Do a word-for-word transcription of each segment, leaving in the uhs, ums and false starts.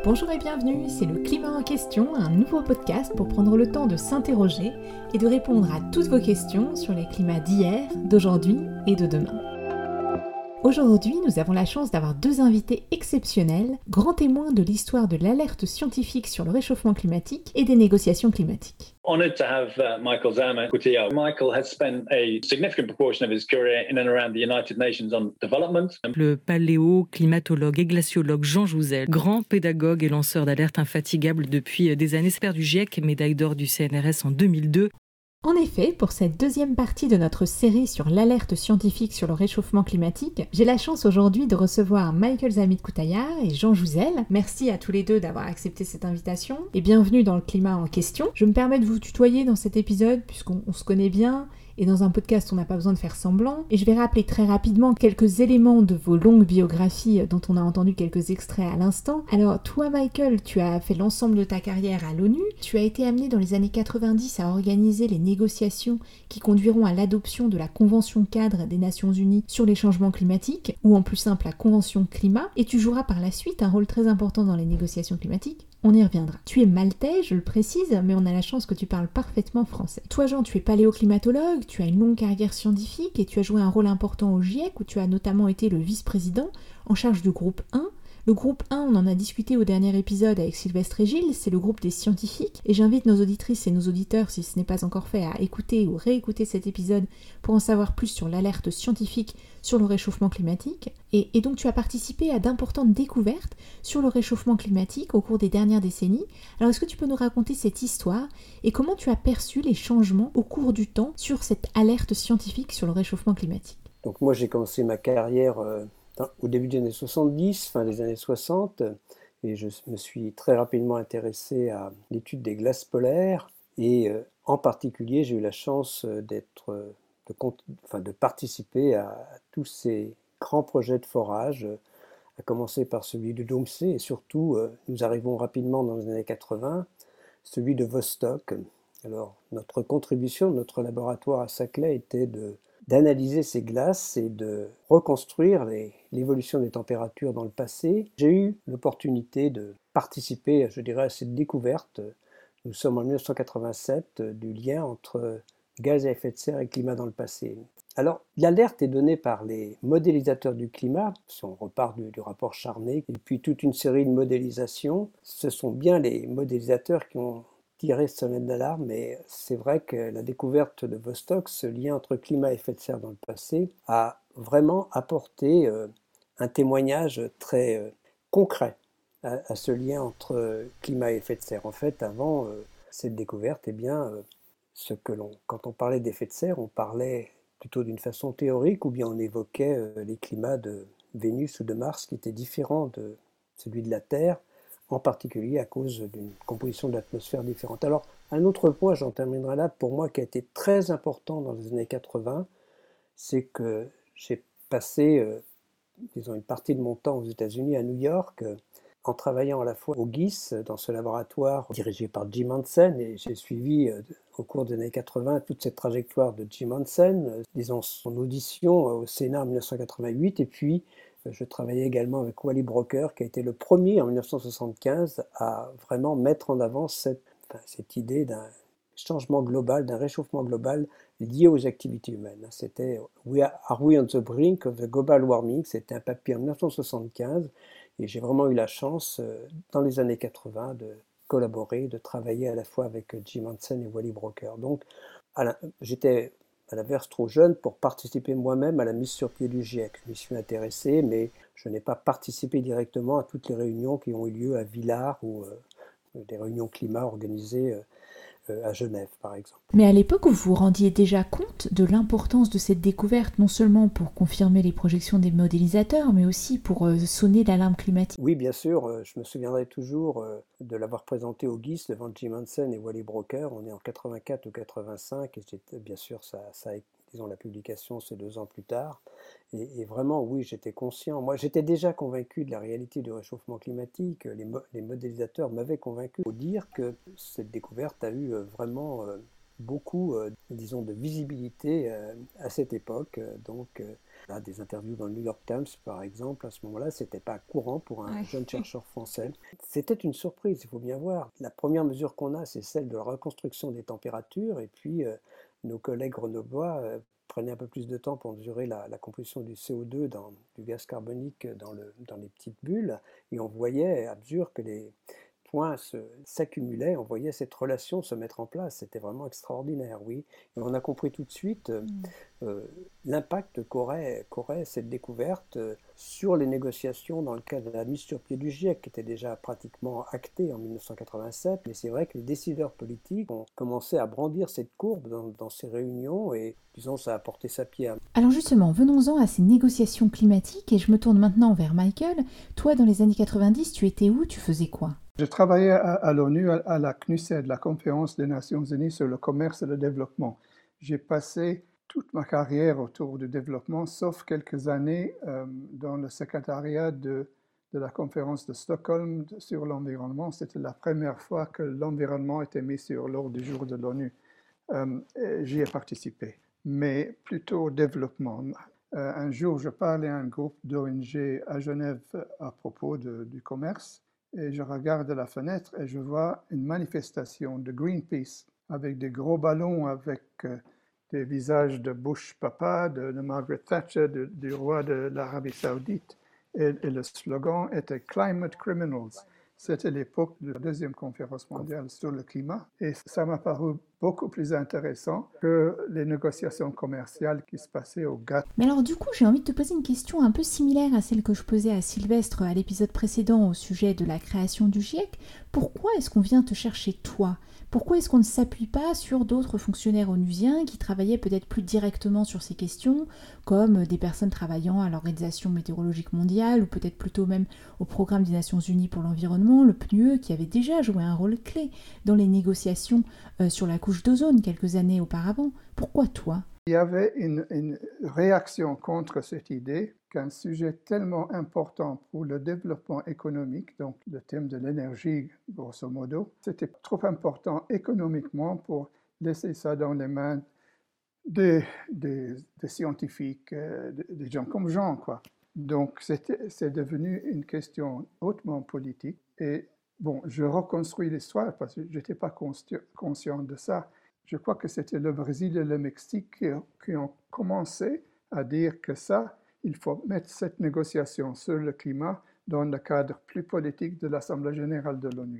Bonjour et bienvenue, c'est le Climat en question, un nouveau podcast pour prendre le temps de s'interroger et de répondre à toutes vos questions sur les climats d'hier, d'aujourd'hui et de demain. Aujourd'hui, nous avons la chance d'avoir deux invités exceptionnels, grands témoins de l'histoire de l'alerte scientifique sur le réchauffement climatique et des négociations climatiques. Honoured to have uh, Michael Zama Coutinho. Michael has spent a significant proportion of his career in and around the United Nations on development. Le paléo-climatologue et glaciologue Jean Jouzel, grand pédagogue et lanceur d'alerte infatigable depuis des années, expert du GIEC, médaille d'or du C N R S en deux mille deux. En effet, pour cette deuxième partie de notre série sur l'alerte scientifique sur le réchauffement climatique, j'ai la chance aujourd'hui de recevoir Michael Zamit Koutayar et Jean Jouzel. Merci à tous les deux d'avoir accepté cette invitation et bienvenue dans le climat en question. Je me permets de vous tutoyer dans cet épisode puisqu'on on se connaît bien. Et dans un podcast, on n'a pas besoin de faire semblant. Et je vais rappeler très rapidement quelques éléments de vos longues biographies dont on a entendu quelques extraits à l'instant. Alors, toi, Michael, tu as fait l'ensemble de ta carrière à l'ONU. Tu as été amené dans les années quatre-vingt-dix à organiser les négociations qui conduiront à l'adoption de la Convention cadre des Nations Unies sur les changements climatiques, ou en plus simple, la Convention climat. Et tu joueras par la suite un rôle très important dans les négociations climatiques. On y reviendra. Tu es maltais, je le précise, mais on a la chance que tu parles parfaitement français. Toi, Jean, tu es paléoclimatologue, tu as une longue carrière scientifique et tu as joué un rôle important au GIEC où tu as notamment été le vice-président en charge du groupe un. Le groupe un, on en a discuté au dernier épisode avec Sylvestre et Gilles, c'est le groupe des scientifiques et j'invite nos auditrices et nos auditeurs, si ce n'est pas encore fait, à écouter ou réécouter cet épisode pour en savoir plus sur l'alerte scientifique sur le réchauffement climatique. Et, et donc tu as participé à d'importantes découvertes sur le réchauffement climatique au cours des dernières décennies. Alors est-ce que tu peux nous raconter cette histoire et comment tu as perçu les changements au cours du temps sur cette alerte scientifique sur le réchauffement climatique? Donc moi j'ai commencé ma carrière euh, dans, au début des années soixante-dix, fin des années soixante, et je me suis très rapidement intéressé à l'étude des glaces polaires et euh, en particulier j'ai eu la chance d'être, de, enfin, de participer à, à tous ces grands projets de forage, à commencer par celui de Doomsday et surtout euh, nous arrivons rapidement dans les années quatre-vingts, celui de Vostok. Alors notre contribution, notre laboratoire à Saclay était de d'analyser ces glaces et de reconstruire les, l'évolution des températures dans le passé. J'ai eu l'opportunité de participer, je dirais, à cette découverte. Nous sommes en dix-neuf cent quatre-vingt-sept, du lien entre gaz à effet de serre et climat dans le passé. Alors, l'alerte est donnée par les modélisateurs du climat, si on repart du, du rapport Charnay, et puis toute une série de modélisations. Ce sont bien les modélisateurs qui ont tiré ce sonnette d'alarme, mais c'est vrai que la découverte de Vostok, ce lien entre climat et effet de serre dans le passé, a vraiment apporté euh, un témoignage très euh, concret à, à ce lien entre euh, climat et effet de serre. En fait, avant euh, cette découverte, eh bien, euh, ce que l'on, quand on parlait d'effet de serre, on parlait plutôt d'une façon théorique, ou bien on évoquait euh, les climats de Vénus ou de Mars qui étaient différents de celui de la Terre, en particulier à cause d'une composition de l'atmosphère différente. Alors, un autre point, j'en terminerai là, pour moi qui a été très important dans les années quatre-vingts, c'est que j'ai passé, euh, disons, une partie de mon temps aux États-Unis, à New York, euh, en travaillant à la fois au G I S, dans ce laboratoire dirigé par Jim Hansen, et j'ai suivi euh, au cours des années quatre-vingts toute cette trajectoire de Jim Hansen, euh, disons son audition euh, au Sénat en dix-neuf cent quatre-vingt-huit, et puis je travaillais également avec Wally Broecker, qui a été le premier en dix-neuf cent soixante-quinze à vraiment mettre en avant cette, enfin, cette idée d'un changement global, d'un réchauffement global lié aux activités humaines. C'était we are, are we on the brink of the global warming? C'était un papier en dix-neuf cent soixante-quinze et j'ai vraiment eu la chance, dans les années quatre-vingts, de collaborer, de travailler à la fois avec Jim Hansen et Wally Broecker. Donc, à la, j'étais à l'inverse trop jeune pour participer moi-même à la mise sur pied du GIEC. Je m'y suis intéressé, mais je n'ai pas participé directement à toutes les réunions qui ont eu lieu à Villars ou euh, des réunions climat organisées euh, à Genève, par exemple. Mais à l'époque, vous vous rendiez déjà compte de l'importance de cette découverte, non seulement pour confirmer les projections des modélisateurs, mais aussi pour euh, sonner l'alarme climatique? Oui, bien sûr. Euh, je me souviendrai toujours euh, de l'avoir présenté au G I S devant Jim Hansen et Wally Broecker. On est en quatre-vingt-quatre ou quatre-vingt-cinq, et j'étais, bien sûr, ça, ça, disons, la publication, c'est deux ans plus tard. Et, et vraiment, oui, j'étais conscient. Moi, j'étais déjà convaincu de la réalité du réchauffement climatique. Les, mo- les modélisateurs m'avaient convaincu. Il faut dire que cette découverte a eu euh, vraiment euh, beaucoup, euh, disons, de visibilité euh, à cette époque. Donc, euh, là, des interviews dans le New York Times, par exemple, à ce moment-là, c'était pas courant pour un Ouais. jeune chercheur français. C'était une surprise, il faut bien voir. La première mesure qu'on a, c'est celle de la reconstruction des températures, et puis euh, nos collègues grenoblois euh, prenaient un peu plus de temps pour mesurer la, la composition du C O deux, dans, du gaz carbonique dans, le, dans les petites bulles, et on voyait à mesure que les points se, s'accumulaient, on voyait cette relation se mettre en place. C'était vraiment extraordinaire, oui. Et on a compris tout de suite euh, Mm. euh, l'impact qu'aurait, qu'aurait cette découverte euh, sur les négociations dans le cadre de la mise sur pied du GIEC, qui était déjà pratiquement actée en mille neuf cent quatre-vingt-sept. Mais c'est vrai que les décideurs politiques ont commencé à brandir cette courbe dans, dans ces réunions, et disons, ça a porté sa pierre. Alors justement, venons-en à ces négociations climatiques, et je me tourne maintenant vers Michael. Toi, dans les années quatre-vingt-dix, tu étais où? Tu faisais quoi? Je travaillais à, à l'ONU, à, à la C N U S E D, la Conférence des Nations Unies sur le commerce et le développement. J'ai passé toute ma carrière autour du développement, sauf quelques années euh, dans le secrétariat de, de la conférence de Stockholm sur l'environnement. C'était la première fois que l'environnement était mis sur l'ordre du jour de l'ONU. Euh, j'y ai participé, mais plutôt au développement. Euh, un jour, je parlais à un groupe d'O N G à Genève à propos de, du commerce. Et je regarde la fenêtre et je vois une manifestation de Greenpeace avec des gros ballons, avec euh, des visages de Bush papa, de, de Margaret Thatcher, de, du roi de l'Arabie Saoudite. Et, et le slogan était Climate Criminals. C'était l'époque de la deuxième conférence mondiale sur le climat. Et ça m'a paru beaucoup plus intéressant que les négociations commerciales qui se passaient au G A T T. Mais alors du coup, j'ai envie de te poser une question un peu similaire à celle que je posais à Sylvestre à l'épisode précédent au sujet de la création du GIEC. Pourquoi est-ce qu'on vient te chercher toi ? Pourquoi est-ce qu'on ne s'appuie pas sur d'autres fonctionnaires onusiens qui travaillaient peut-être plus directement sur ces questions, comme des personnes travaillant à l'Organisation météorologique mondiale, ou peut-être plutôt même au Programme des Nations Unies pour l'environnement, le P N U E, qui avait déjà joué un rôle clé dans les négociations euh, sur la couche d'ozone quelques années auparavant. Pourquoi toi ? Il y avait une, une réaction contre cette idée qu'un sujet tellement important pour le développement économique, donc le thème de l'énergie, grosso modo, c'était trop important économiquement pour laisser ça dans les mains des, des, des scientifiques, euh, des gens comme Jean, quoi. Donc, c'était, c'est devenu une question hautement politique. Et bon, je reconstruis l'histoire parce que je n'étais pas consci- conscient de ça. Je crois que c'était le Brésil et le Mexique qui, qui ont commencé à dire que ça, il faut mettre cette négociation sur le climat dans le cadre plus politique de l'Assemblée générale de l'ONU,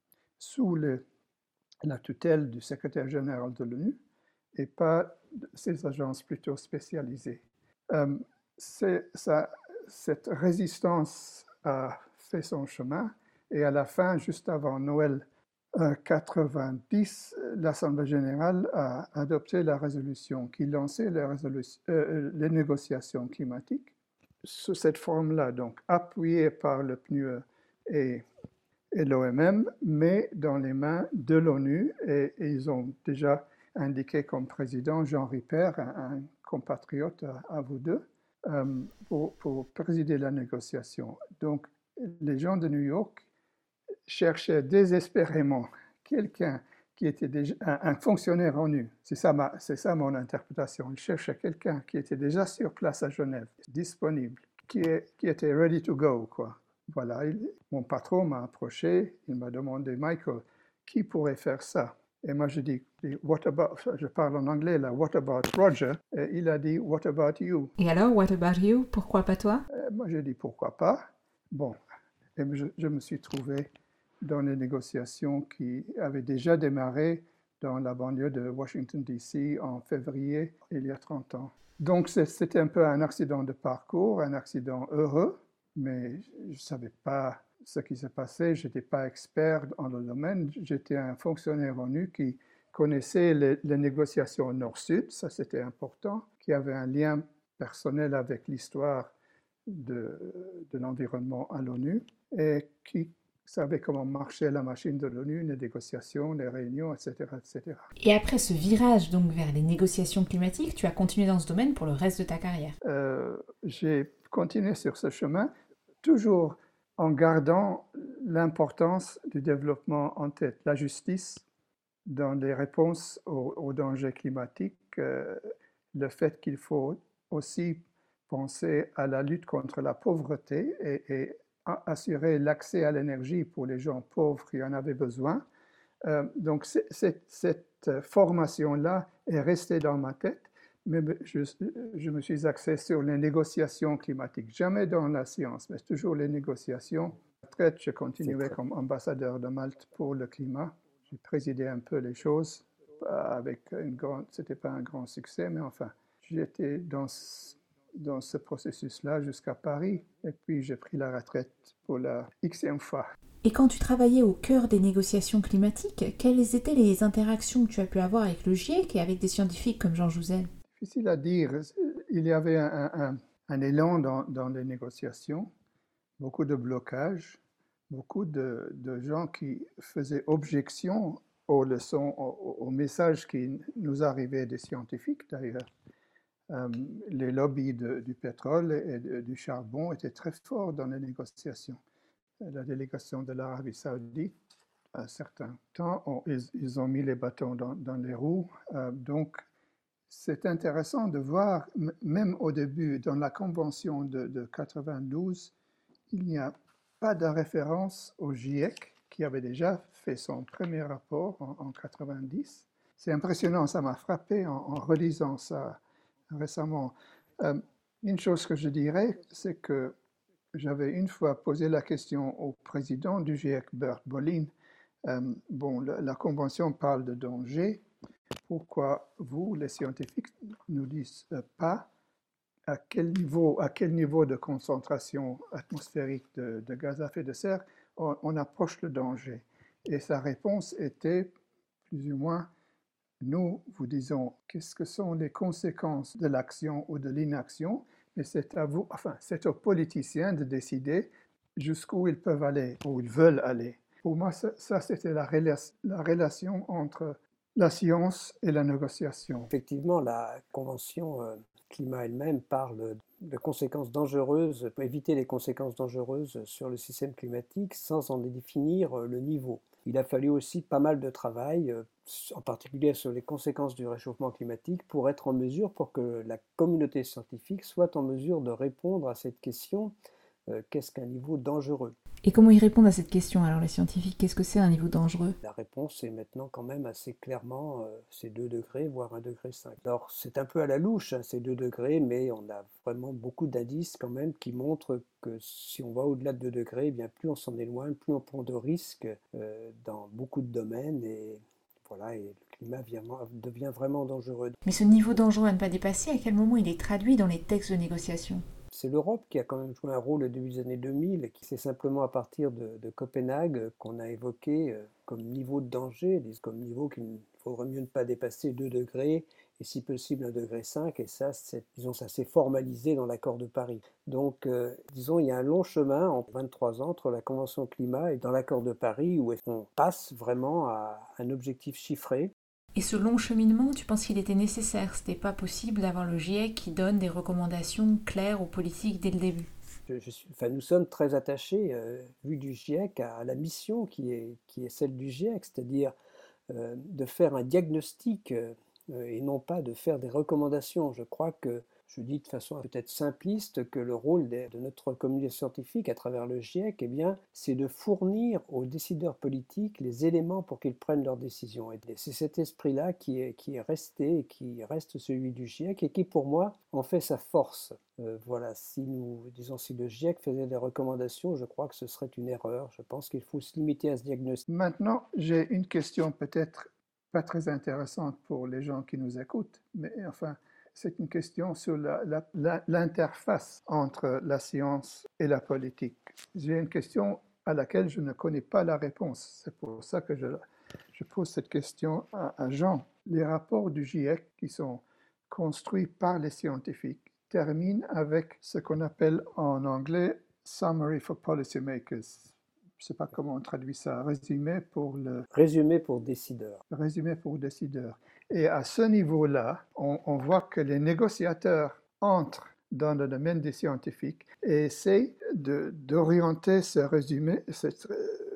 sous le, la tutelle du secrétaire général de l'ONU et pas ces agences plutôt spécialisées. Euh, c'est, ça, cette résistance a fait son chemin et à la fin, juste avant Noël Euh, quatre-vingt-dix, l'Assemblée générale a adopté la résolution qui lançait les, résolu- euh, les négociations climatiques sous cette forme-là, donc appuyée par le P N U E et, et l'O M M, mais dans les mains de l'ONU. Et, et ils ont déjà indiqué comme président Jean Ripert, un, un compatriote à, à vous deux, euh, pour, pour présider la négociation. Donc les gens de New York cherchait désespérément quelqu'un qui était déjà un, un fonctionnaire ONU. C'est ça, ma, c'est ça mon interprétation. Il cherchait quelqu'un qui était déjà sur place à Genève, disponible, qui, est, qui était ready to go, quoi. Voilà, il, mon patron m'a approché, il m'a demandé, Michael, qui pourrait faire ça? Et moi, je dis, what about, je parle en anglais là, what about Roger? Et il a dit, what about you? Et alors, what about you? Pourquoi pas toi? Et moi, j'ai dit, pourquoi pas? Bon, et je, je me suis trouvé dans les négociations qui avaient déjà démarré dans la banlieue de Washington, D C en février, il y a trente ans. Donc c'était un peu un accident de parcours, un accident heureux, mais je ne savais pas ce qui s'est passé, je n'étais pas expert dans le domaine, j'étais un fonctionnaire ONU qui connaissait les, les négociations nord-sud, ça c'était important, qui avait un lien personnel avec l'histoire de, de l'environnement à l'ONU et qui savait comment marchait la machine de l'ONU, les négociations, les réunions, et cetera, et cetera. Et après ce virage donc vers les négociations climatiques, tu as continué dans ce domaine pour le reste de ta carrière? euh, J'ai continué sur ce chemin, toujours en gardant l'importance du développement en tête, la justice, dans les réponses aux, aux dangers climatiques, euh, le fait qu'il faut aussi penser à la lutte contre la pauvreté et, et assurer l'accès à l'énergie pour les gens pauvres qui en avaient besoin. Euh, donc c'est, c'est, cette formation-là est restée dans ma tête, mais je, je me suis axé sur les négociations climatiques, jamais dans la science, mais toujours les négociations. Après, je continuais comme ambassadeur de Malte pour le climat. J'ai présidé un peu les choses, avec une grande, c'était pas un grand succès, mais enfin, j'étais dans ce, dans ce processus-là jusqu'à Paris, et puis j'ai pris la retraite pour la xème fois. Et quand tu travaillais au cœur des négociations climatiques, quelles étaient les interactions que tu as pu avoir avec le GIEC et avec des scientifiques comme Jean Jouzel? Difficile à dire. Il y avait un, un, un élan dans, dans les négociations, beaucoup de blocages, beaucoup de, de gens qui faisaient objection aux leçons, aux, aux messages qui nous arrivaient des scientifiques d'ailleurs. Euh, les lobbies de, du pétrole et de, du charbon étaient très forts dans les négociations. La délégation de l'Arabie saoudite, à un certain temps, ont, ils, ils ont mis les bâtons dans, dans les roues. Euh, donc, c'est intéressant de voir, m- même au début, dans la convention de, de quatre-vingt-douze, il n'y a pas de référence au GIEC, qui avait déjà fait son premier rapport en, en quatre-vingt-dix. C'est impressionnant, ça m'a frappé en, en relisant ça récemment. Euh, une chose que je dirais, c'est que j'avais une fois posé la question au président du GIEC, Bert Bolin. Euh, bon, la, la convention parle de danger. Pourquoi vous, les scientifiques, nous dites euh, pas à quel niveau, à quel niveau de concentration atmosphérique de, de gaz à effet de serre on, on approche le danger? Et sa réponse était plus ou moins, nous vous disons qu'est-ce que sont les conséquences de l'action ou de l'inaction, mais c'est à vous, enfin, c'est aux politiciens de décider jusqu'où ils peuvent aller, où ils veulent aller. Pour moi, ça, ça c'était la, rela- la relation entre la science et la négociation. Effectivement, la Convention euh, climat elle-même parle de conséquences dangereuses, pour éviter les conséquences dangereuses sur le système climatique sans en définir euh, le niveau. Il a fallu aussi pas mal de travail, euh, en particulier sur les conséquences du réchauffement climatique, pour être en mesure, pour que la communauté scientifique soit en mesure de répondre à cette question, euh, qu'est-ce qu'un niveau dangereux ? Et comment ils répondent à cette question, alors, les scientifiques? Qu'est-ce que c'est un niveau dangereux? La réponse est maintenant quand même assez clairement, euh, c'est deux degrés, voire un degré cinq. Alors c'est un peu à la louche, hein, ces deux degrés, mais on a vraiment beaucoup d'indices quand même qui montrent que si on va au-delà de deux degrés, eh bien plus on s'en éloigne, plus on prend de risques euh, dans beaucoup de domaines, et voilà, et le climat devient vraiment dangereux. Mais ce niveau dangereux à ne pas dépasser, à quel moment il est traduit dans les textes de négociation? C'est l'Europe qui a quand même joué un rôle au début des années deux mille, et qui c'est simplement à partir de, de Copenhague qu'on a évoqué euh, comme niveau de danger, comme niveau qu'il faudrait mieux ne pas dépasser deux degrés, et si possible un degré cinq, et ça, c'est, disons, ça s'est formalisé dans l'accord de Paris. Donc, euh, disons, il y a un long chemin en vingt-trois ans entre la Convention climat et dans l'accord de Paris, où on passe vraiment à un objectif chiffré. Et ce long cheminement, tu penses qu'il était nécessaire? C'était pas possible d'avoir le GIEC qui donne des recommandations claires aux politiques dès le début? Je, je suis, enfin, nous sommes très attachés, euh, vu du GIEC, à, à la mission qui est, qui est celle du GIEC, c'est-à-dire euh, de faire un diagnostic euh, et non pas de faire des recommandations. Je crois que, je dis de façon peut-être simpliste, que le rôle de, de notre communauté scientifique à travers le GIEC, eh bien, c'est de fournir aux décideurs politiques les éléments pour qu'ils prennent leurs décisions. Et c'est cet esprit-là qui est, qui est resté et qui reste celui du GIEC et qui, pour moi, en fait sa force. Euh, voilà, si nous, disons, si le GIEC faisait des recommandations, je crois que ce serait une erreur. Je pense qu'il faut se limiter à ce diagnostic. Maintenant, j'ai une question peut-être pas très intéressante pour les gens qui nous écoutent, mais enfin, c'est une question sur la, la, la, l'interface entre la science et la politique. J'ai une question à laquelle je ne connais pas la réponse. C'est pour ça que je, je pose cette question à, à Jean. Les rapports du GIEC qui sont construits par les scientifiques terminent avec ce qu'on appelle en anglais « Summary for Policymakers ». Je ne sais pas comment on traduit ça, résumé pour le... Résumé pour décideurs. Résumé pour décideurs. Et à ce niveau-là, on, on voit que les négociateurs entrent dans le domaine des scientifiques et essayent de, d'orienter ce résumé, cette,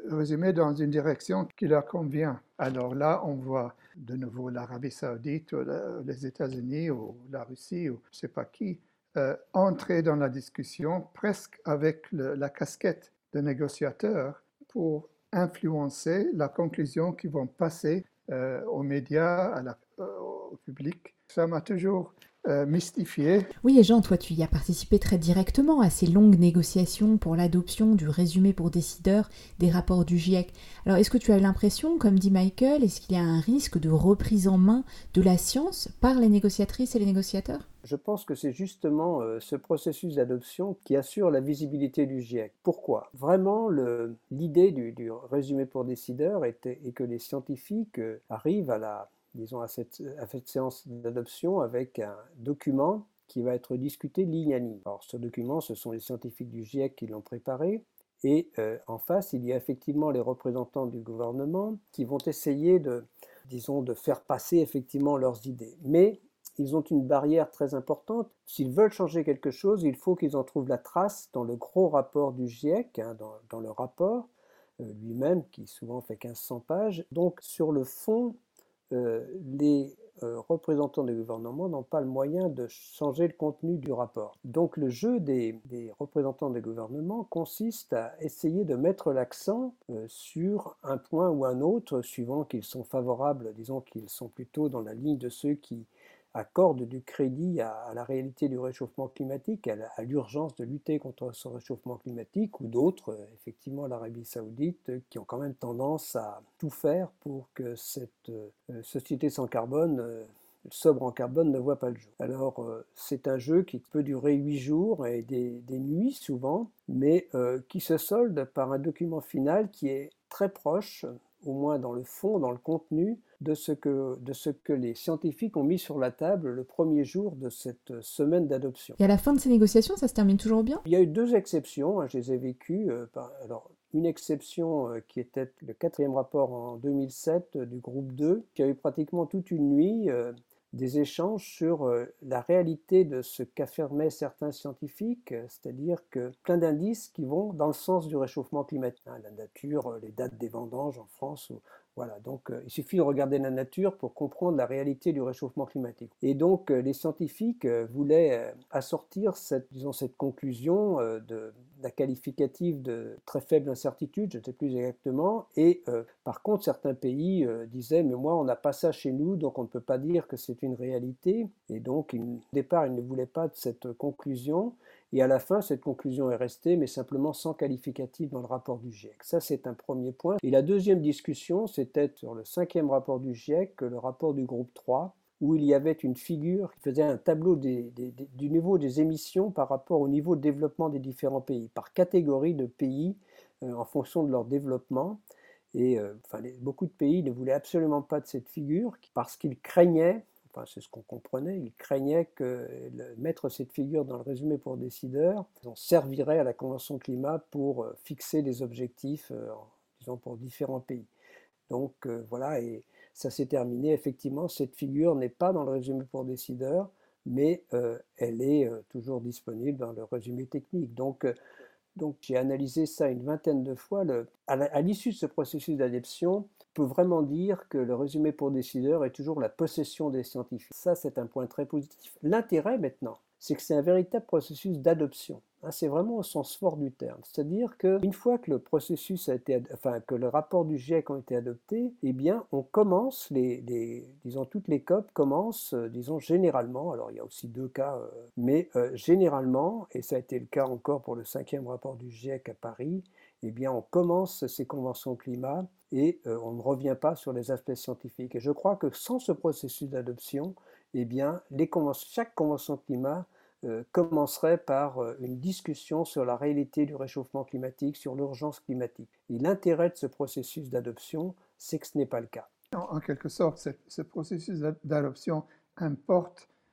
résumer dans une direction qui leur convient. Alors là, on voit de nouveau l'Arabie saoudite, ou les États-Unis, ou la Russie, ou je ne sais pas qui, euh, entrer dans la discussion presque avec le, la casquette de négociateur pour influencer la conclusion qu'ils vont passer euh, aux médias, à la, euh, au public. Ça m'a toujours euh, mystifié. Oui, et Jean, toi, tu y as participé très directement à ces longues négociations pour l'adoption du résumé pour décideurs des rapports du GIEC. Alors, est-ce que tu as eu l'impression, comme dit Michael, est-ce qu'il y a un risque de reprise en main de la science par les négociatrices et les négociateurs ? Je pense que c'est justement euh, ce processus d'adoption qui assure la visibilité du GIEC. Pourquoi ? Vraiment, le, l'idée du, du résumé pour décideurs était, est que les scientifiques euh, arrivent à la disons, à cette, à cette séance d'adoption avec un document qui va être discuté ligne à ligne. Alors, ce document, ce sont les scientifiques du GIEC qui l'ont préparé, et euh, en face, il y a effectivement les représentants du gouvernement qui vont essayer de, disons, de faire passer effectivement leurs idées. Mais ils ont une barrière très importante. S'ils veulent changer quelque chose, il faut qu'ils en trouvent la trace dans le gros rapport du GIEC, hein, dans, dans le rapport euh, lui-même, qui souvent fait mille cinq cents pages. Donc, sur le fond, Euh, les euh, représentants des gouvernements n'ont pas le moyen de changer le contenu du rapport. Donc le jeu des, des représentants des gouvernements consiste à essayer de mettre l'accent euh, sur un point ou un autre, suivant qu'ils sont favorables, disons qu'ils sont plutôt dans la ligne de ceux qui accordent du crédit à, à la réalité du réchauffement climatique, à, la, à l'urgence de lutter contre ce réchauffement climatique, ou d'autres, euh, effectivement l'Arabie saoudite, euh, qui ont quand même tendance à tout faire pour que cette euh, société sans carbone, euh, sobre en carbone, ne voit pas le jour. Alors euh, c'est un jeu qui peut durer huit jours et des, des nuits souvent, mais euh, qui se solde par un document final qui est très proche, au moins dans le fond, dans le contenu, de ce que, de ce que les scientifiques ont mis sur la table le premier jour de cette semaine d'adoption. Et à la fin de ces négociations, ça se termine toujours bien ? Il y a eu deux exceptions, hein, je les ai vécues. Euh, par, alors, une exception euh, qui était le quatrième rapport en deux mille sept euh, du groupe deux, qui a eu pratiquement toute une nuit euh, des échanges sur euh, la réalité de ce qu'affirmaient certains scientifiques, euh, c'est-à-dire que plein d'indices qui vont dans le sens du réchauffement climatique. Hein, la nature, euh, les dates des vendanges en France, ou, voilà, donc euh, il suffit de regarder la nature pour comprendre la réalité du réchauffement climatique. Et donc euh, les scientifiques euh, voulaient euh, assortir cette, disons, cette conclusion euh, de, d'un qualificatif de très faible incertitude, je ne sais plus exactement, et euh, par contre certains pays euh, disaient mais moi on n'a pas ça chez nous, donc on ne peut pas dire que c'est une réalité, et donc au départ ils ne voulaient pas de cette conclusion. Et à la fin, cette conclusion est restée, mais simplement sans qualificatif dans le rapport du GIEC. Ça, c'est un premier point. Et la deuxième discussion, c'était sur le cinquième rapport du GIEC, le rapport du groupe trois, où il y avait une figure qui faisait un tableau des, des, des, du niveau des émissions par rapport au niveau de développement des différents pays, par catégorie de pays euh, en fonction de leur développement. Et euh, enfin, les, beaucoup de pays ne voulaient absolument pas de cette figure parce qu'ils craignaient, enfin c'est ce qu'on comprenait, ils craignaient que le, mettre cette figure dans le résumé pour décideurs, on servirait à la Convention climat pour euh, fixer des objectifs, euh, disons pour différents pays. Donc euh, voilà, et ça s'est terminé. Effectivement, cette figure n'est pas dans le résumé pour décideurs, mais euh, elle est euh, toujours disponible dans le résumé technique. Donc, euh, donc j'ai analysé ça une vingtaine de fois. Le, à, la, à l'issue de ce processus d'adoption, on peut vraiment dire que le résumé pour décideurs est toujours la possession des scientifiques. Ça, c'est un point très positif. L'intérêt maintenant, c'est que c'est un véritable processus d'adoption. Hein, c'est vraiment au sens fort du terme. C'est-à-dire qu'une fois que le processus a été, enfin que le rapport du GIEC a été adopté, eh bien, on commence les, les disons toutes les C O P commencent, euh, disons généralement. Alors il y a aussi deux cas, euh, mais euh, généralement, et ça a été le cas encore pour le cinquième rapport du GIEC à Paris, eh bien, on commence ces conventions climat et euh, on ne revient pas sur les aspects scientifiques. Et je crois que sans ce processus d'adoption, eh bien, les conventions, chaque convention climat euh, commencerait par euh, une discussion sur la réalité du réchauffement climatique, sur l'urgence climatique. Et l'intérêt de ce processus d'adoption, c'est que ce n'est pas le cas. En, en quelque sorte, ce, ce processus d'adoption importe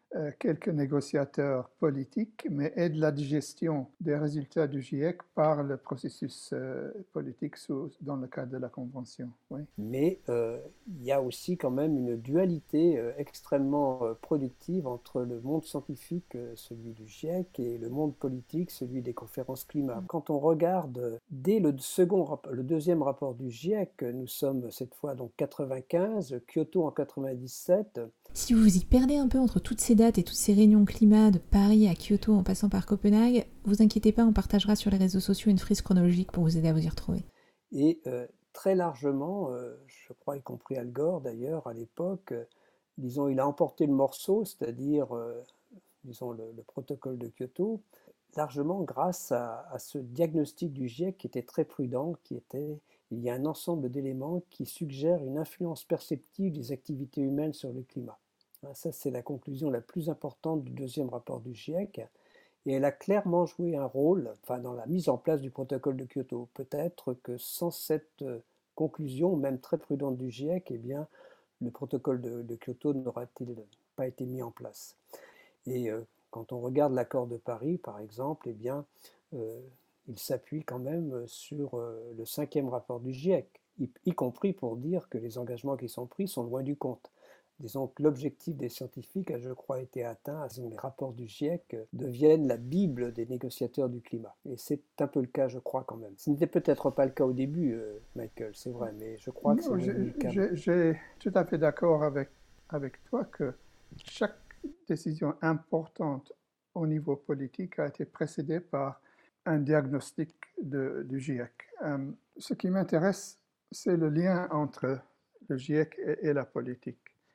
euh, quelques négociateurs politiques, mais aide la digestion des résultats du GIEC par le processus euh, politique sous, dans le cadre de la Convention. Oui. Mais euh, il y a aussi quand même une dualité euh, extrêmement euh, productive entre le monde scientifique, euh, celui du GIEC, et le monde politique, celui des conférences climat. Quand on regarde euh, dès le, second, le deuxième rapport du GIEC, nous sommes cette fois donc quatre-vingt-quinze, Kyoto en quatre-vingt-dix-sept. Si vous vous y perdez un peu entre toutes ces dates et toutes ces réunions climat de Paris à Kyoto en passant par Copenhague, vous inquiétez pas, on partagera sur les réseaux sociaux une frise chronologique pour vous aider à vous y retrouver. Et euh, très largement, euh, je crois y compris Al Gore d'ailleurs à l'époque, euh, disons, il a emporté le morceau, c'est-à-dire, euh, disons, le, le protocole de Kyoto, largement grâce à, à ce diagnostic du GIEC qui était très prudent, qui était, il y a un ensemble d'éléments qui suggèrent une influence perceptible des activités humaines sur le climat. Ça, c'est la conclusion la plus importante du deuxième rapport du GIEC. Et elle a clairement joué un rôle enfin, dans la mise en place du protocole de Kyoto. Peut-être que sans cette conclusion, même très prudente du GIEC, eh bien, le protocole de, de Kyoto n'aurait-il pas été mis en place. Et euh, quand on regarde l'accord de Paris, par exemple, eh bien, euh, il s'appuie quand même sur euh, le cinquième rapport du GIEC, y, y compris pour dire que les engagements qui sont pris sont loin du compte. Disons que l'objectif des scientifiques a, je crois, été atteint. Les rapports du GIEC deviennent la Bible des négociateurs du climat. Et c'est un peu le cas, je crois, quand même. Ce n'était peut-être pas le cas au début, euh, Michael, c'est vrai, mais je crois que c'est devenu le cas. Je suis tout à fait d'accord avec, avec toi que chaque décision importante au niveau politique a été précédée par un diagnostic de, du GIEC. Euh, ce qui m'intéresse, c'est le lien entre le GIEC et, et la politique.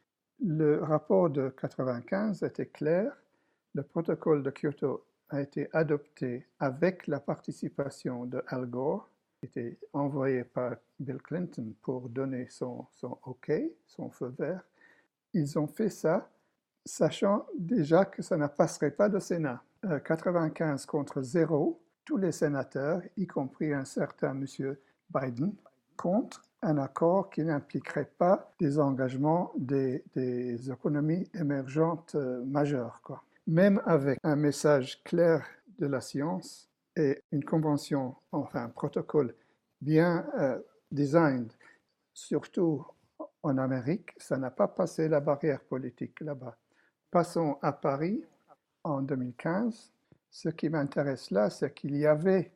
Le rapport de quatre-vingt-quinze était clair. Le protocole de Kyoto a été adopté avec la participation de Al Gore, qui était envoyé par Bill Clinton pour donner son, son OK, son feu vert. Ils ont fait ça, sachant déjà que ça ne passerait pas de Sénat. Euh, quatre-vingt-quinze contre zéro, tous les sénateurs, y compris un certain monsieur Biden, contre un accord qui n'impliquerait pas des engagements des, des économies émergentes euh, majeures, quoi. Même avec un message clair de la science et une convention, enfin un protocole bien euh, designed, surtout en Amérique, ça n'a pas passé la barrière politique là-bas. Passons à Paris en deux mille quinze. Ce qui m'intéresse là, c'est qu'il y avait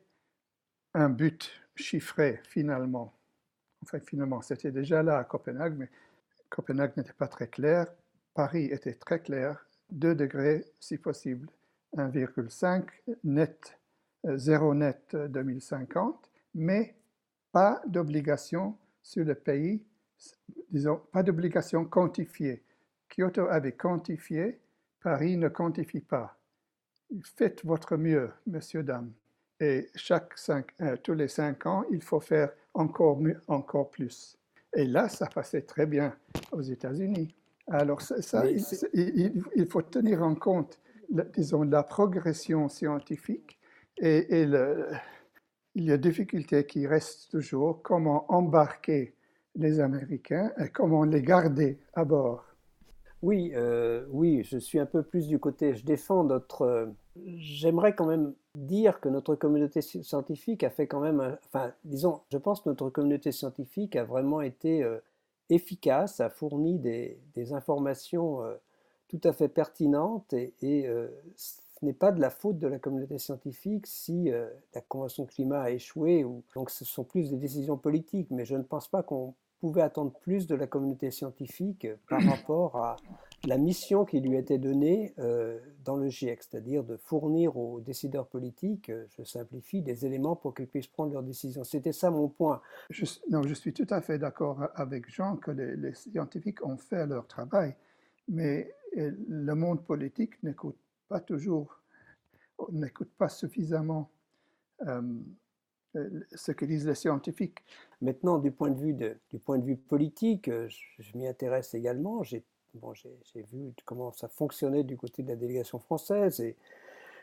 un but chiffré finalement. Enfin, finalement, c'était déjà là à Copenhague, mais Copenhague n'était pas très clair. Paris était très clair, deux degrés si possible, un virgule cinq net, zéro net deux mille cinquante, mais pas d'obligation sur le pays, disons, pas d'obligation quantifiée. Kyoto avait quantifié, Paris ne quantifie pas. Faites votre mieux, messieurs, dames. Et chaque cinq, euh, tous les cinq ans, il faut faire encore, mieux, encore plus. Et là, ça passait très bien aux États-Unis. Alors, ça, ça il, il, il faut tenir en compte, le, disons, la progression scientifique et, et le, il y a des difficultés qui restent toujours, comment embarquer les Américains et comment les garder à bord. Oui, euh, oui, je suis un peu plus du côté, je défends notre... Euh, j'aimerais quand même dire que notre communauté scientifique a fait quand même... Un, enfin, disons, je pense que notre communauté scientifique a vraiment été euh, efficace, a fourni des, des informations euh, tout à fait pertinentes et, et euh, ce n'est pas de la faute de la communauté scientifique si euh, la Convention climat a échoué. Ou, donc ce sont plus des décisions politiques, mais je ne pense pas qu'on pouvait attendre plus de la communauté scientifique par rapport à la mission qui lui était donnée euh, dans le GIEC, c'est-à-dire de fournir aux décideurs politiques, je simplifie, des éléments pour qu'ils puissent prendre leurs décisions. C'était ça mon point. Je, non, je suis tout à fait d'accord avec Jean que les, les scientifiques ont fait leur travail, mais le monde politique n'écoute pas toujours, n'écoute pas suffisamment euh, ce que disent les scientifiques. Maintenant, du point de vue, de, du point de vue politique, je, je m'y intéresse également. J'ai bon, j'ai, j'ai vu comment ça fonctionnait du côté de la délégation française et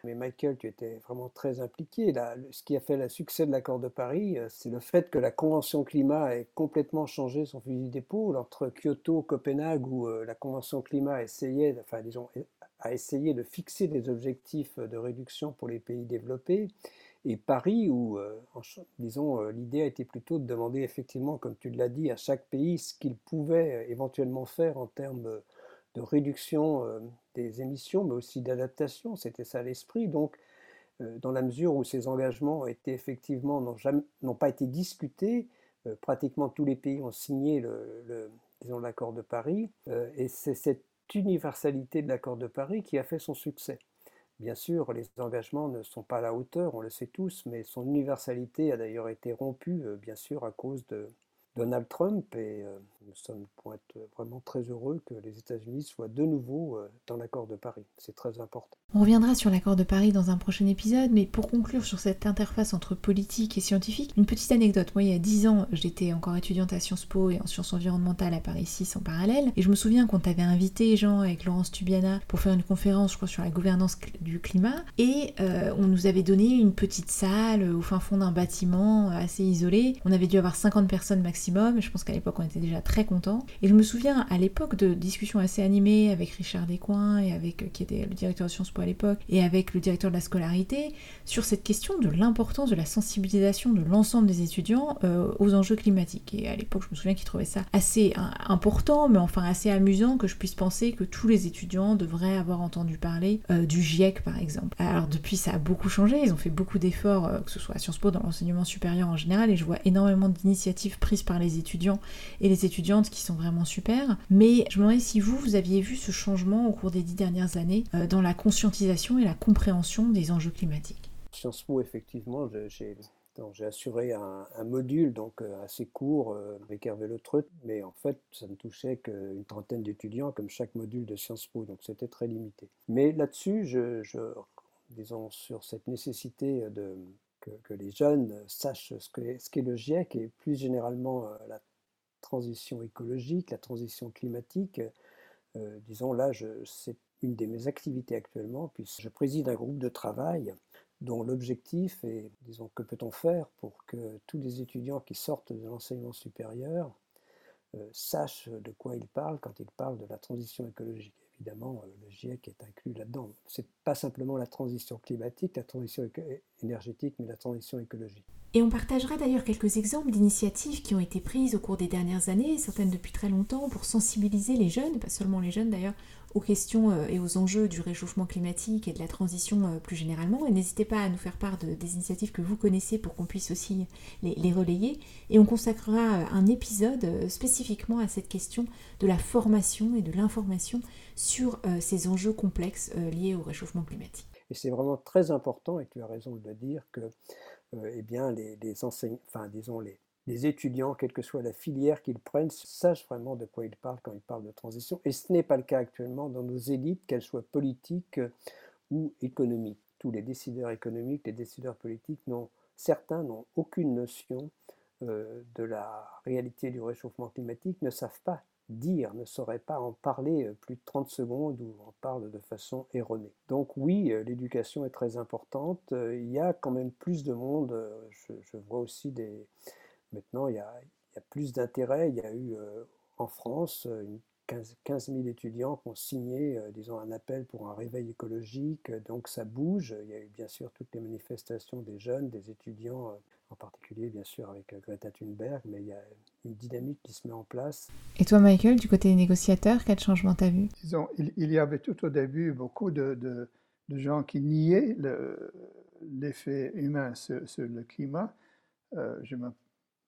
Mais Michael, tu étais vraiment très impliqué. Là, ce qui a fait le succès de l'accord de Paris, c'est le fait que la Convention climat ait complètement changé son fusil d'épaule entre Kyoto, Copenhague, où la Convention climat essayait, enfin disons, a essayé de fixer des objectifs de réduction pour les pays développés, et Paris, où, euh, en, disons, euh, l'idée a été plutôt de demander effectivement, comme tu l'as dit, à chaque pays ce qu'il pouvait euh, éventuellement faire en termes de, de réduction euh, des émissions, mais aussi d'adaptation. C'était ça l'esprit. Donc, euh, dans la mesure où ces engagements étaient effectivement n'ont jamais, n'ont pas été discutés, euh, pratiquement tous les pays ont signé le, le, disons, l'accord de Paris, euh, et c'est cette universalité de l'accord de Paris qui a fait son succès. Bien sûr, les engagements ne sont pas à la hauteur, on le sait tous, mais son universalité a d'ailleurs été rompue, bien sûr, à cause de Donald Trump, et euh, nous sommes pour être vraiment très heureux que les États-Unis soient de nouveau euh, dans l'accord de Paris. C'est très important. On reviendra sur l'accord de Paris dans un prochain épisode, mais pour conclure sur cette interface entre politique et scientifique, une petite anecdote. Moi, il y a dix ans, j'étais encore étudiante à Sciences Po et en sciences environnementales à Paris six en parallèle, et je me souviens qu'on t'avait invité, Jean, avec Laurence Tubiana, pour faire une conférence, je crois, sur la gouvernance du climat, et euh, on nous avait donné une petite salle au fin fond d'un bâtiment assez isolé. On avait dû avoir cinquante personnes maximum. Je pense qu'à l'époque on était déjà très contents. Et je me souviens à l'époque de discussions assez animées avec Richard Descoings, et avec, qui était le directeur de Sciences Po à l'époque, et avec le directeur de la scolarité, sur cette question de l'importance de la sensibilisation de l'ensemble des étudiants euh, aux enjeux climatiques. Et à l'époque je me souviens qu'ils trouvaient ça assez hein, important, mais enfin assez amusant que je puisse penser que tous les étudiants devraient avoir entendu parler euh, du GIEC par exemple. Alors depuis ça a beaucoup changé, ils ont fait beaucoup d'efforts, euh, que ce soit à Sciences Po, dans l'enseignement supérieur en général, et je vois énormément d'initiatives prises par les étudiants et les étudiantes qui sont vraiment super, mais je me demandais si vous, vous aviez vu ce changement au cours des dix dernières années euh, dans la conscientisation et la compréhension des enjeux climatiques. Sciences Po, effectivement, j'ai, donc, j'ai assuré un, un module donc, euh, assez court euh, avec Hervé Le Treut, mais en fait, ça ne touchait qu'une trentaine d'étudiants, comme chaque module de Sciences Po, donc c'était très limité. Mais là-dessus, je, je, disons, sur cette nécessité de Que, que les jeunes sachent ce qu'est, ce qu'est le GIEC et plus généralement euh, la transition écologique, la transition climatique. Euh, disons là, je, c'est une de mes activités actuellement, puisque je préside un groupe de travail dont l'objectif est, disons, que peut-on faire pour que tous les étudiants qui sortent de l'enseignement supérieur euh, sachent de quoi ils parlent quand ils parlent de la transition écologique. Évidemment, le GIEC est inclus là-dedans. Ce n'est pas simplement la transition climatique, la transition énergétique, mais la transition écologique. Et on partagera d'ailleurs quelques exemples d'initiatives qui ont été prises au cours des dernières années, certaines depuis très longtemps, pour sensibiliser les jeunes, pas seulement les jeunes d'ailleurs, aux questions et aux enjeux du réchauffement climatique et de la transition plus généralement. Et n'hésitez pas à nous faire part de, des initiatives que vous connaissez pour qu'on puisse aussi les, les relayer. Et on consacrera un épisode spécifiquement à cette question de la formation et de l'information sur euh, ces enjeux complexes euh, liés au réchauffement climatique. Et c'est vraiment très important, et tu as raison de le dire, que euh, eh bien, les, les enseignants, enfin disons les, les étudiants, quelle que soit la filière qu'ils prennent, sachent vraiment de quoi ils parlent quand ils parlent de transition. Et ce n'est pas le cas actuellement dans nos élites, qu'elles soient politiques euh, ou économiques. Tous les décideurs économiques, les décideurs politiques, n'ont, certains n'ont aucune notion euh, de la réalité du réchauffement climatique, ne savent pas dire, ne saurait pas en parler plus de trente secondes ou en parle de façon erronée. Donc oui, l'éducation est très importante. Il y a quand même plus de monde. Je, je vois aussi des... Maintenant, il y a, il y a plus d'intérêt. Il y a eu euh, en France une quinze mille étudiants qui ont signé, euh, disons, un appel pour un réveil écologique. Donc ça bouge. Il y a eu bien sûr toutes les manifestations des jeunes, des étudiants, euh, en particulier bien sûr avec Greta Thunberg, mais il y a une dynamique qui se met en place. Et toi Michael, du côté des négociateurs, quel changement t'as vu ? Disons, il, il y avait tout au début beaucoup de, de, de gens qui niaient le, l'effet humain sur, sur le climat. Euh, je, me,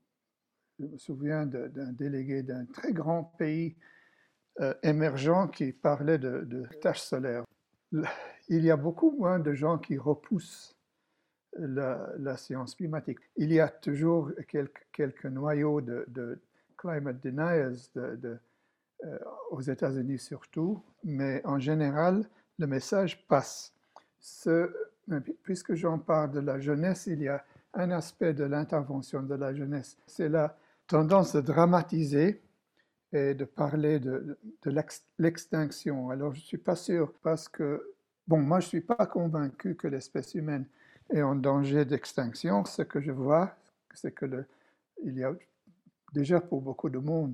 je me souviens de, d'un délégué d'un très grand pays euh, émergent qui parlait de, de taches solaires. Il y a beaucoup moins de gens qui repoussent La, la science climatique. Il y a toujours quelques, quelques noyaux de, de climate deniers de, de, euh, aux États-Unis surtout, mais en général, le message passe. Ce, puisque j'en parle de la jeunesse, il y a un aspect de l'intervention de la jeunesse. C'est la tendance de dramatiser et de parler de, de l'extinction. Alors, je ne suis pas sûr, parce que Bon, moi, je ne suis pas convaincu que l'espèce humaine est en danger d'extinction. Ce que je vois, c'est que le, il y a déjà pour beaucoup de monde,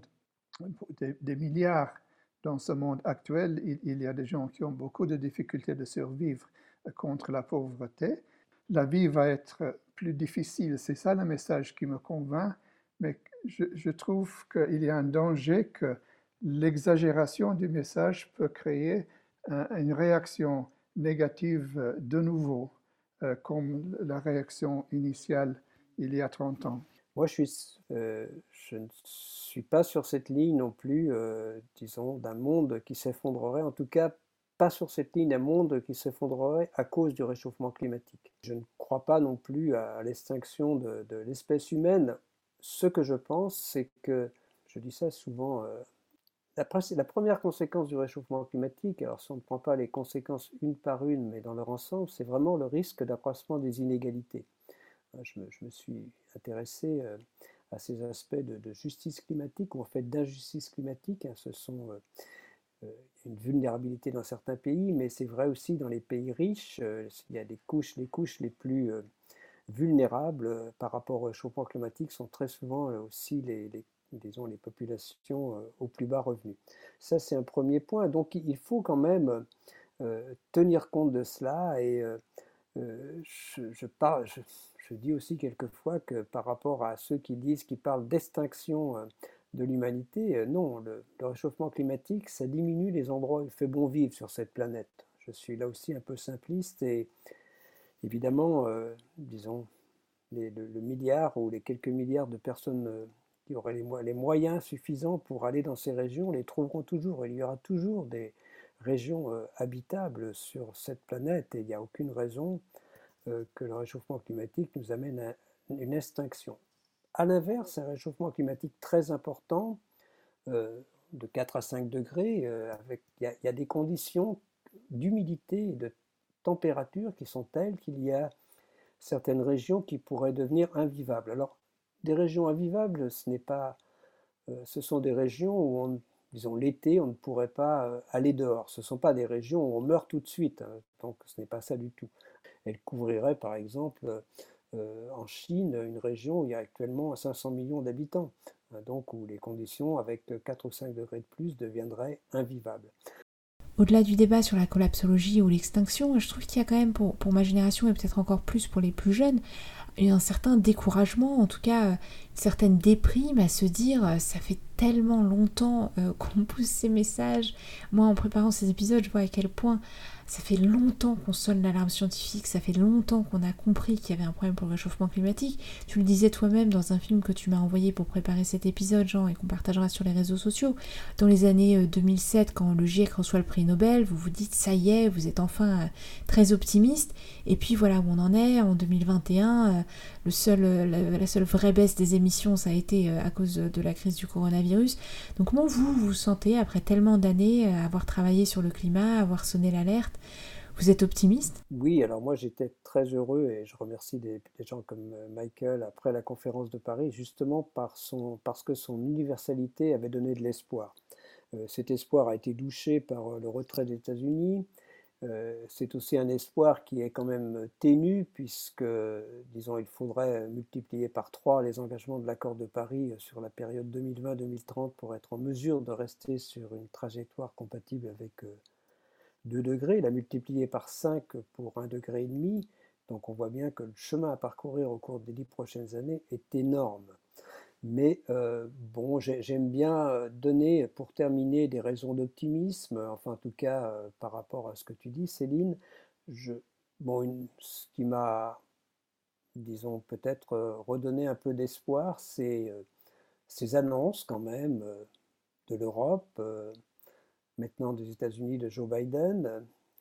des, des milliards dans ce monde actuel, il, il y a des gens qui ont beaucoup de difficultés de survivre contre la pauvreté. La vie va être plus difficile, c'est ça le message qui me convainc, mais je, je trouve qu'il y a un danger que l'exagération du message peut créer un, une réaction négative de nouveau, euh, comme la réaction initiale il y a trente ans. Moi, je suis, euh, je ne suis pas sur cette ligne non plus, euh, disons, d'un monde qui s'effondrerait, en tout cas pas sur cette ligne d'un monde qui s'effondrerait à cause du réchauffement climatique. Je ne crois pas non plus à, à l'extinction de, de l'espèce humaine. Ce que je pense, c'est que, je dis ça souvent, euh, la, la première conséquence du réchauffement climatique, alors si on ne prend pas les conséquences une par une, mais dans leur ensemble, c'est vraiment le risque d'accroissement des inégalités. Je me, je me suis intéressé euh, à ces aspects de, de justice climatique, ou en fait d'injustice climatique. Hein, ce sont euh, euh, une vulnérabilité dans certains pays, mais c'est vrai aussi dans les pays riches. Euh, il y a des couches, les couches les plus euh, vulnérables euh, par rapport au réchauffement climatique sont très souvent euh, aussi les, les, disons, les populations euh, aux plus bas revenus. Ça, c'est un premier point. Donc, il faut quand même euh, tenir compte de cela. Et euh, euh, je, je, parle, je, je dis aussi quelquefois que par rapport à ceux qui disent, qui parlent d'extinction euh, de l'humanité, euh, non, le, le réchauffement climatique, ça diminue les endroits où il fait bon vivre sur cette planète. Je suis là aussi un peu simpliste et évidemment, euh, disons, les, le, le milliard ou les quelques milliards de personnes euh, qui auraient les, les moyens suffisants pour aller dans ces régions les trouveront toujours. Il y aura toujours des régions euh, habitables sur cette planète et il n'y a aucune raison euh, que le réchauffement climatique nous amène à une extinction. À l'inverse, un réchauffement climatique très important, euh, de quatre à cinq degrés, euh, avec, il y, y a des conditions d'humidité et de température qui sont telles qu'il y a certaines régions qui pourraient devenir invivables. Alors, des régions invivables, ce n'est pas, euh, ce sont des régions où, on, disons, l'été, on ne pourrait pas euh, aller dehors. Ce ne sont pas des régions où on meurt tout de suite, hein, donc ce n'est pas ça du tout. Elles couvriraient, par exemple, euh, en Chine, une région où il y a actuellement cinq cents millions d'habitants, hein, donc où les conditions, avec quatre ou cinq degrés de plus, deviendraient invivables. Au-delà du débat sur la collapsologie ou l'extinction, je trouve qu'il y a quand même, pour, pour ma génération et peut-être encore plus pour les plus jeunes, un certain découragement, en tout cas une certaine déprime à se dire ça fait tellement longtemps euh, qu'on pousse ces messages. Moi, en préparant ces épisodes, je vois à quel point ça fait longtemps qu'on sonne l'alarme scientifique, ça fait longtemps qu'on a compris qu'il y avait un problème pour le réchauffement climatique. Tu le disais toi-même dans un film que tu m'as envoyé pour préparer cet épisode, Jean, et qu'on partagera sur les réseaux sociaux. Dans les années deux mille sept, quand le GIEC reçoit le prix Nobel, vous vous dites ça y est, vous êtes enfin très optimiste. Et puis voilà où on en est, en deux mille vingt et un, le seul, la, la seule vraie baisse des émissions, ça a été à cause de la crise du coronavirus. Donc comment vous vous sentez, après tellement d'années, avoir travaillé sur le climat, avoir sonné l'alerte? Vous êtes optimiste? Oui, alors moi j'étais très heureux et je remercie des, des gens comme Michael après la conférence de Paris, justement par son, parce que son universalité avait donné de l'espoir. Euh, cet espoir a été douché par le retrait des États-Unis. Euh, c'est aussi un espoir qui est quand même ténu puisque, disons, il faudrait multiplier par trois les engagements de l'accord de Paris sur la période deux mille vingt à deux mille trente pour être en mesure de rester sur une trajectoire compatible avec euh, deux degrés, la multiplier par cinq pour un degré et demi. Donc on voit bien que le chemin à parcourir au cours des dix prochaines années est énorme. Mais euh, bon, j'aime bien donner, pour terminer, des raisons d'optimisme, enfin en tout cas euh, par rapport à ce que tu dis, Céline. Je, bon, une, ce qui m'a, disons, peut-être euh, redonné un peu d'espoir, c'est euh, ces annonces quand même euh, de l'Europe, euh, maintenant des États-Unis, de Joe Biden,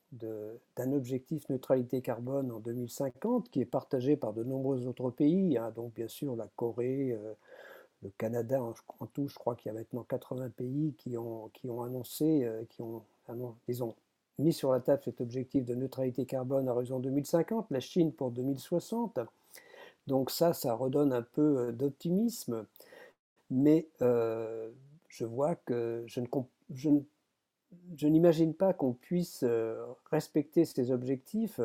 d'un objectif neutralité carbone en deux mille cinquante qui est partagé par de nombreux autres pays, hein, donc bien sûr la Corée, euh, le Canada, en, en tout, je crois qu'il y a maintenant quatre-vingts pays qui ont, qui ont annoncé, euh, qui ont, ils ont mis sur la table cet objectif de neutralité carbone à horizon deux mille cinquante, la Chine pour deux mille soixante. Donc ça, ça redonne un peu d'optimisme, mais euh, je vois que je ne, je ne je n'imagine pas qu'on puisse respecter ces objectifs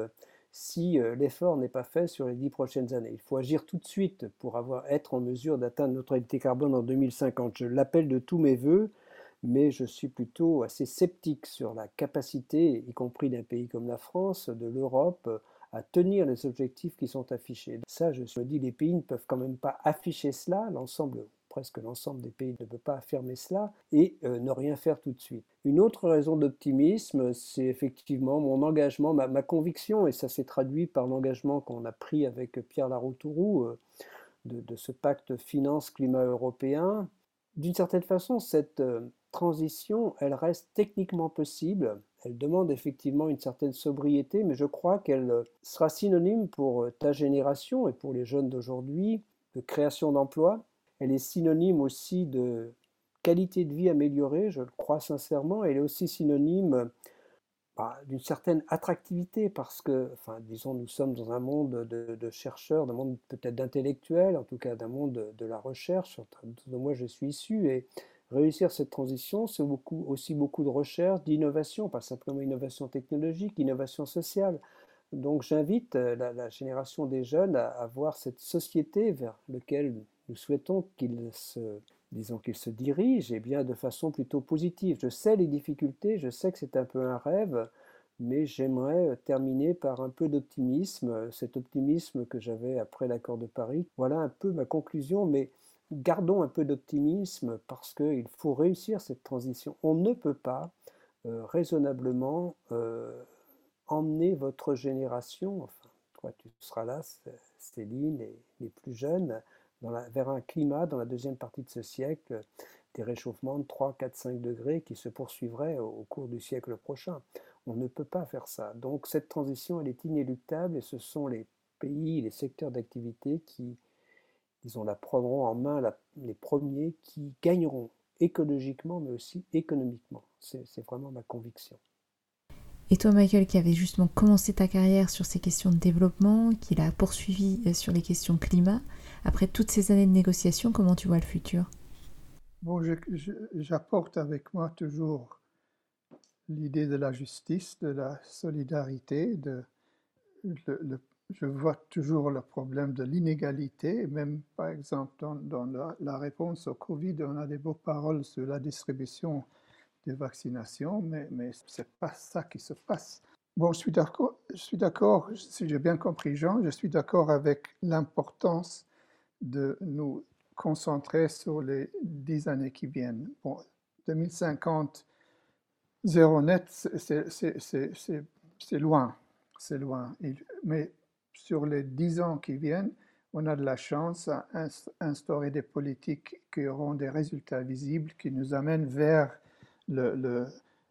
si l'effort n'est pas fait sur les dix prochaines années. Il faut agir tout de suite pour avoir, être en mesure d'atteindre notre neutralité carbone en deux mille cinquante. Je l'appelle de tous mes voeux, mais je suis plutôt assez sceptique sur la capacité, y compris d'un pays comme la France, de l'Europe, à tenir les objectifs qui sont affichés. Ça, je me dis, les pays ne peuvent quand même pas afficher cela, l'ensemble, presque l'ensemble des pays ne peut pas affirmer cela, et euh, ne rien faire tout de suite. Une autre raison d'optimisme, c'est effectivement mon engagement, ma, ma conviction, et ça s'est traduit par l'engagement qu'on a pris avec Pierre Laroutourou, euh, de, de ce pacte finance-climat européen. D'une certaine façon, cette euh, transition, elle reste techniquement possible. Elle demande effectivement une certaine sobriété, mais je crois qu'elle sera synonyme pour ta génération et pour les jeunes d'aujourd'hui de création d'emplois. Elle est synonyme aussi de qualité de vie améliorée, je le crois sincèrement. Elle est aussi synonyme bah, d'une certaine attractivité parce que, enfin, disons, nous sommes dans un monde de, de chercheurs, d'un monde peut-être d'intellectuels, en tout cas d'un monde de, de la recherche, dont moi je suis issu. Et réussir cette transition, c'est beaucoup, aussi beaucoup de recherche, d'innovation, pas simplement innovation technologique, innovation sociale. Donc j'invite la, la génération des jeunes à, à voir cette société vers laquelle nous souhaitons qu'ils se, disons, qu'ils se dirigent, et bien de façon plutôt positive. Je sais les difficultés, je sais que c'est un peu un rêve, mais j'aimerais terminer par un peu d'optimisme, cet optimisme que j'avais après l'accord de Paris. Voilà un peu ma conclusion, mais gardons un peu d'optimisme parce qu'il faut réussir cette transition. On ne peut pas euh, raisonnablement euh, emmener votre génération, enfin, toi tu seras là, Céline, et les plus jeunes, dans la, vers un climat, dans la deuxième partie de ce siècle, des réchauffements de trois, quatre, cinq degrés qui se poursuivraient au, au cours du siècle prochain. On ne peut pas faire ça. Donc cette transition, elle est inéluctable et ce sont les pays, les secteurs d'activité qui, disons, la prendront en main la, les premiers qui gagneront écologiquement, mais aussi économiquement. C'est, c'est vraiment ma conviction. Et toi, Michael, qui avait justement commencé ta carrière sur ces questions de développement, qui l'a poursuivi sur les questions climat, après toutes ces années de négociations, comment tu vois le futur ? Bon, je, je, j'apporte avec moi toujours l'idée de la justice, de la solidarité, de, le, le, je vois toujours le problème de l'inégalité, même par exemple dans, dans la, la réponse au Covid, on a des beaux paroles sur la distribution des vaccinations, mais, mais ce n'est pas ça qui se passe. Bon, je suis d'accord, je suis d'accord, si j'ai bien compris Jean, je suis d'accord avec l'importance de nous concentrer sur les dix années qui viennent. Bon, deux mille cinquante, zéro net, c'est, c'est, c'est, c'est, c'est loin, c'est loin. Mais sur les dix ans qui viennent, on a de la chance à instaurer des politiques qui auront des résultats visibles, qui nous amènent vers le, le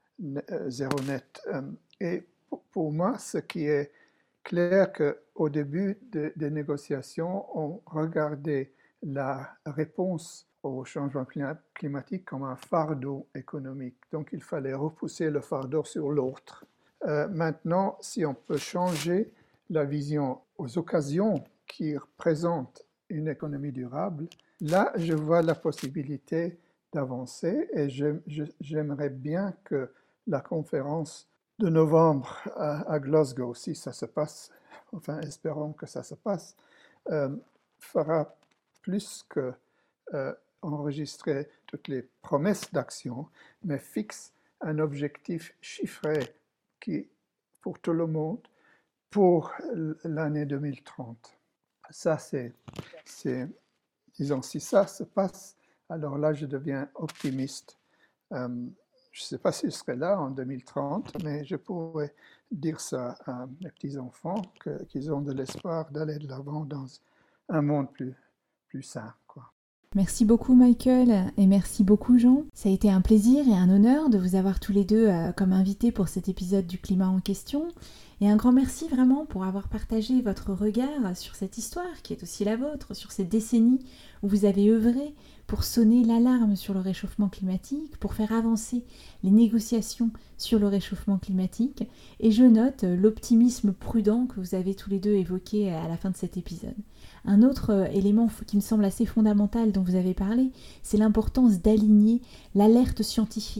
zéro net. Et pour moi, ce qui est clair, qu'au début de, des négociations, on regardait la réponse au changement climatique comme un fardeau économique. Donc il fallait repousser le fardeau sur l'autre. Euh, maintenant, si on peut changer la vision aux occasions qui représentent une économie durable, là, je vois la possibilité d'avancer et je, je, j'aimerais bien que la conférence de novembre à, à Glasgow, si ça se passe, enfin espérons que ça se passe, euh, fera plus que euh, enregistrer toutes les promesses d'action, mais fixe un objectif chiffré qui, pour tout le monde, pour l'année deux mille trente. Ça, c'est, c'est, disons, si ça se passe, alors là, je deviens optimiste. Euh, je ne sais pas si je serai là en deux mille trente, mais je pourrais dire ça à mes petits-enfants, que, qu'ils ont de l'espoir d'aller de l'avant dans un monde plus, plus sain, quoi. Merci beaucoup Michael et merci beaucoup Jean. Ça a été un plaisir et un honneur de vous avoir tous les deux euh, comme invités pour cet épisode du climat en question. Et un grand merci vraiment pour avoir partagé votre regard sur cette histoire qui est aussi la vôtre, sur ces décennies où vous avez œuvré pour sonner l'alarme sur le réchauffement climatique, pour faire avancer les négociations sur le réchauffement climatique. Et je note l'optimisme prudent que vous avez tous les deux évoqué à la fin de cet épisode. Un autre élément qui me semble assez fondamental dont vous avez parlé, c'est l'importance d'aligner l'alerte scientifique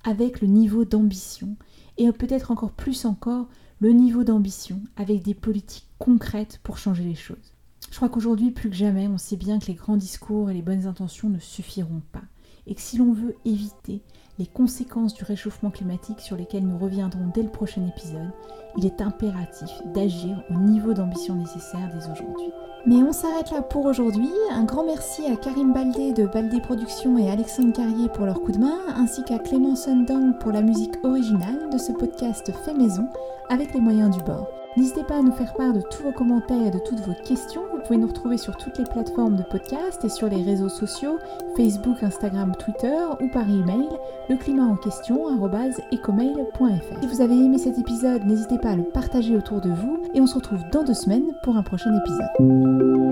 avec le niveau d'ambition, et peut-être encore plus encore, le niveau d'ambition avec des politiques concrètes pour changer les choses. Je crois qu'aujourd'hui, plus que jamais, on sait bien que les grands discours et les bonnes intentions ne suffiront pas, et que si l'on veut éviter les conséquences du réchauffement climatique sur lesquelles nous reviendrons dès le prochain épisode, il est impératif d'agir au niveau d'ambition nécessaire dès aujourd'hui. Mais on s'arrête là pour aujourd'hui. Un grand merci à Karim Baldé de Baldé Productions et Alexandre Carrier pour leur coup de main, ainsi qu'à Clément Sundong pour la musique originale de ce podcast fait maison avec les moyens du bord. N'hésitez pas à nous faire part de tous vos commentaires et de toutes vos questions. Vous pouvez nous retrouver sur toutes les plateformes de podcast et sur les réseaux sociaux, Facebook, Instagram, Twitter ou par email, le climat en question arobase ecomail point f r. Si vous avez aimé cet épisode, n'hésitez pas à le partager autour de vous et on se retrouve dans deux semaines pour un prochain épisode.